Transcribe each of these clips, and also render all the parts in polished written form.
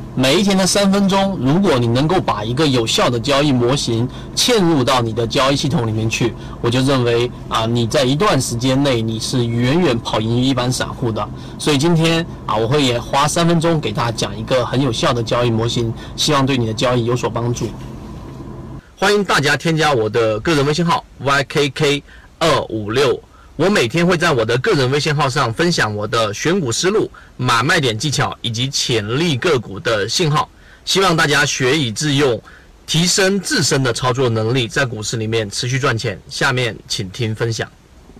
每一天的3分钟，如果你能够把一个有效的交易模型嵌入到你的交易系统里面去，我就认为你在一段时间内你是远远跑赢于一般散户的。所以今天我会也花3分钟给大家讲一个很有效的交易模型，希望对你的交易有所帮助。欢迎大家添加我的个人微信号 YKK256。我每天会在我的个人微信号上分享我的选股思路、买卖点技巧以及潜力个股的信号，希望大家学以致用，提升自身的操作能力，在股市里面持续赚钱。下面请听分享。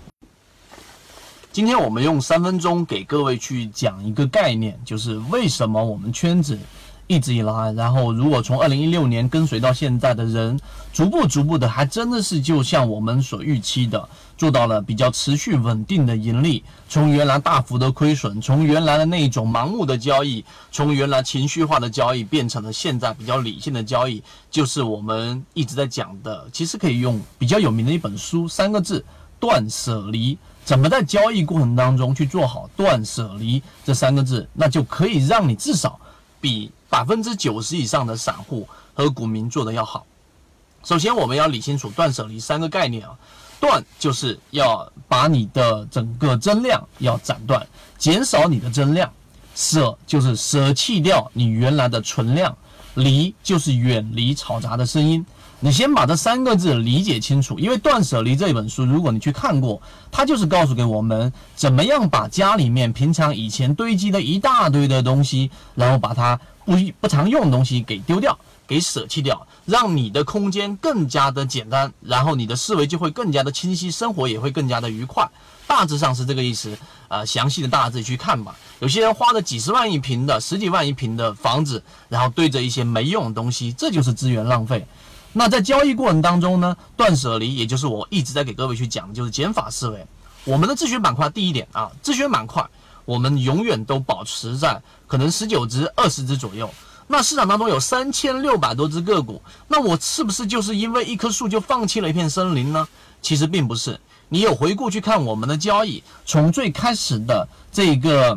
今天我们用3分钟给各位去讲一个概念，就是为什么我们圈子一直以来，然后如果从2016年跟随到现在的人，逐步的还真的是就像我们所预期的，做到了比较持续稳定的盈利，从原来大幅的亏损，从原来的那种盲目的交易，从原来情绪化的交易变成了现在比较理性的交易，就是我们一直在讲的，其实可以用比较有名的一本书，3个字：断舍离。怎么在交易过程当中去做好断舍离这3个字，那就可以让你至少比90%以上的散户和股民做的要好。首先我们要理清楚断舍离3个概念啊。断就是要把你的整个增量要斩断，减少你的增量；舍就是舍弃掉你原来的存量；离就是远离嘈杂的声音。你先把这3个字理解清楚，因为断舍离这本书如果你去看过，它就是告诉给我们怎么样把家里面平常以前堆积的一大堆的东西，然后把它不常用的东西给丢掉，给舍弃掉，让你的空间更加的简单，然后你的思维就会更加的清晰，生活也会更加的愉快。大致上是这个意思，详细的大家自己去看吧。有些人花了几十万一平的、10几万一平的房子，然后堆着一些没用的东西，这就是资源浪费。那在交易过程当中呢，断舍离也就是我一直在给各位去讲的，就是减法思维。我们的自选板块第一点自选板块我们永远都保持在可能19只、20只左右。那市场当中有3600多只个股，那我是不是就是因为一棵树就放弃了一片森林呢？其实并不是。你有回顾去看我们的交易，从最开始的这个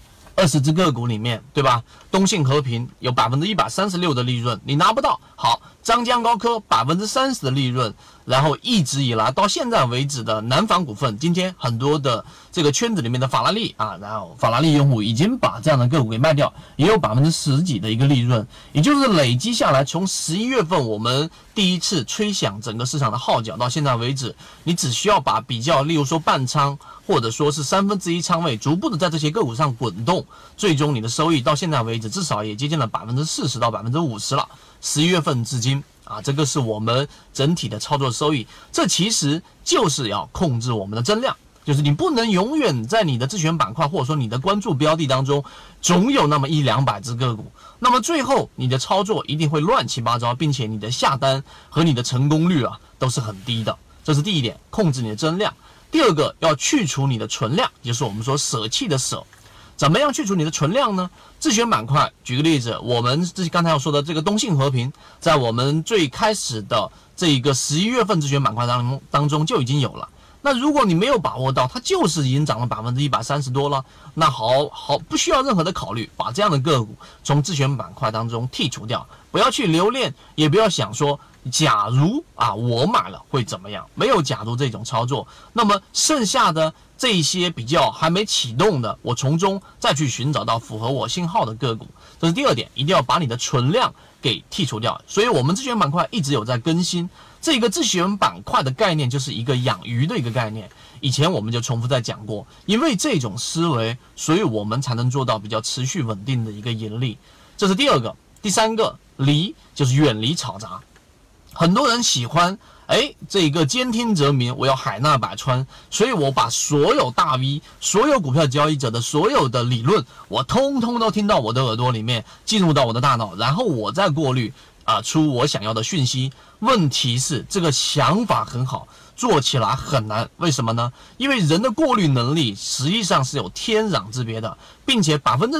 20只个股里面，对吧？东信和平有136%的利润，你拿不到。好，张江高科30%的利润，然后一直以来到现在为止的南方股份，今天很多的这个圈子里面的法拉利然后法拉利用户已经把这样的个股给卖掉，也有10%几的一个利润，也就是累积下来，从11月份我们第一次吹响整个市场的号角到现在为止，你只需要把比较，例如说半仓或者说是1/3仓位，逐步的在这些个股上滚动，最终你的收益到现在为止至少也接近了40%到50%了。11月份至今这个是我们整体的操作收益。这其实就是要控制我们的增量，就是你不能永远在你的自选板块或者说你的关注标的当中总有那么100-200只个股，那么最后你的操作一定会乱七八糟，并且你的下单和你的成功率都是很低的。这是第一点，控制你的增量。第二个，要去除你的存量，就是我们说舍弃的舍。怎么样去除你的存量呢？自选板块，举个例子，我们刚才要说的这个东信和平，在我们最开始的这一个11月份自选板块当中就已经有了。那如果你没有把握到，它就是已经涨了130多了，那好不需要任何的考虑，把这样的个股从自选板块当中剔除掉，不要去留恋，也不要想说假如我买了会怎么样，没有假如这种操作。那么剩下的这一些比较还没启动的，我从中再去寻找到符合我信号的个股，这是第二点，一定要把你的存量给剔除掉。所以我们自选板块一直有在更新，这个自选板块的概念就是一个养鱼的一个概念，以前我们就重复在讲过，因为这种思维，所以我们才能做到比较持续稳定的一个盈利。这是第二个。第三个，离就是远离嘈杂。很多人喜欢这个兼听则明，我要海纳百川，所以我把所有大 V、所有股票交易者的所有的理论，我通通都听到我的耳朵里面，进入到我的大脑，然后我再过滤出我想要的讯息。问题是这个想法很好，做起来很难。为什么呢？因为人的过滤能力实际上是有天壤之别的，并且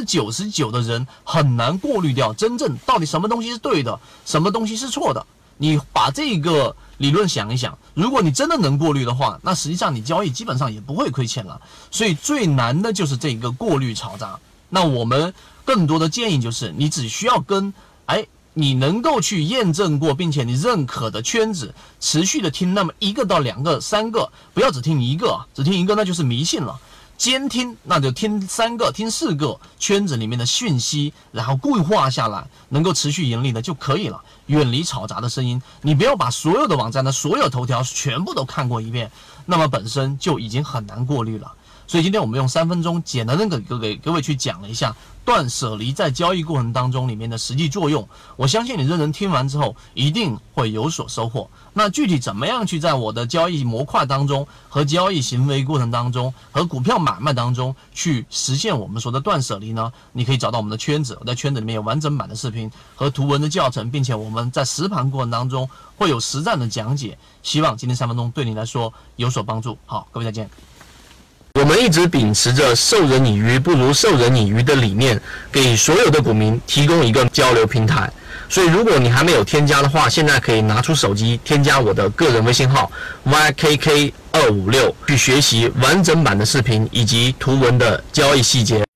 99%的人很难过滤掉真正到底什么东西是对的，什么东西是错的。你把这个理论想一想，如果你真的能过滤的话，那实际上你交易基本上也不会亏钱了。所以最难的就是这个过滤嘈杂。那我们更多的建议就是你只需要跟你能够去验证过并且你认可的圈子持续的听那么1个到2个、3个，不要只听一个，只听一个那就是迷信了。监听那就听3个、听4个圈子里面的讯息，然后固化下来，能够持续盈利的就可以了。远离吵杂的声音，你不要把所有的网站的所有头条全部都看过一遍，那么本身就已经很难过滤了。所以今天我们用3分钟简单的给各位去讲了一下断舍离在交易过程当中里面的实际作用。我相信你认真听完之后一定会有所收获。那具体怎么样去在我的交易模块当中和交易行为过程当中和股票买卖当中去实现我们说的断舍离呢？你可以找到我们的圈子，我在圈子里面有完整版的视频和图文的教程，并且我们在实盘过程当中会有实战的讲解。希望今天3分钟对你来说有所帮助。好，各位再见。 我们一直秉持着授人以鱼不如授人以渔的理念，给所有的股民提供一个交流平台。所以如果你还没有添加的话，现在可以拿出手机添加我的个人微信号 YKK256，去学习完整版的视频以及图文的交易细节。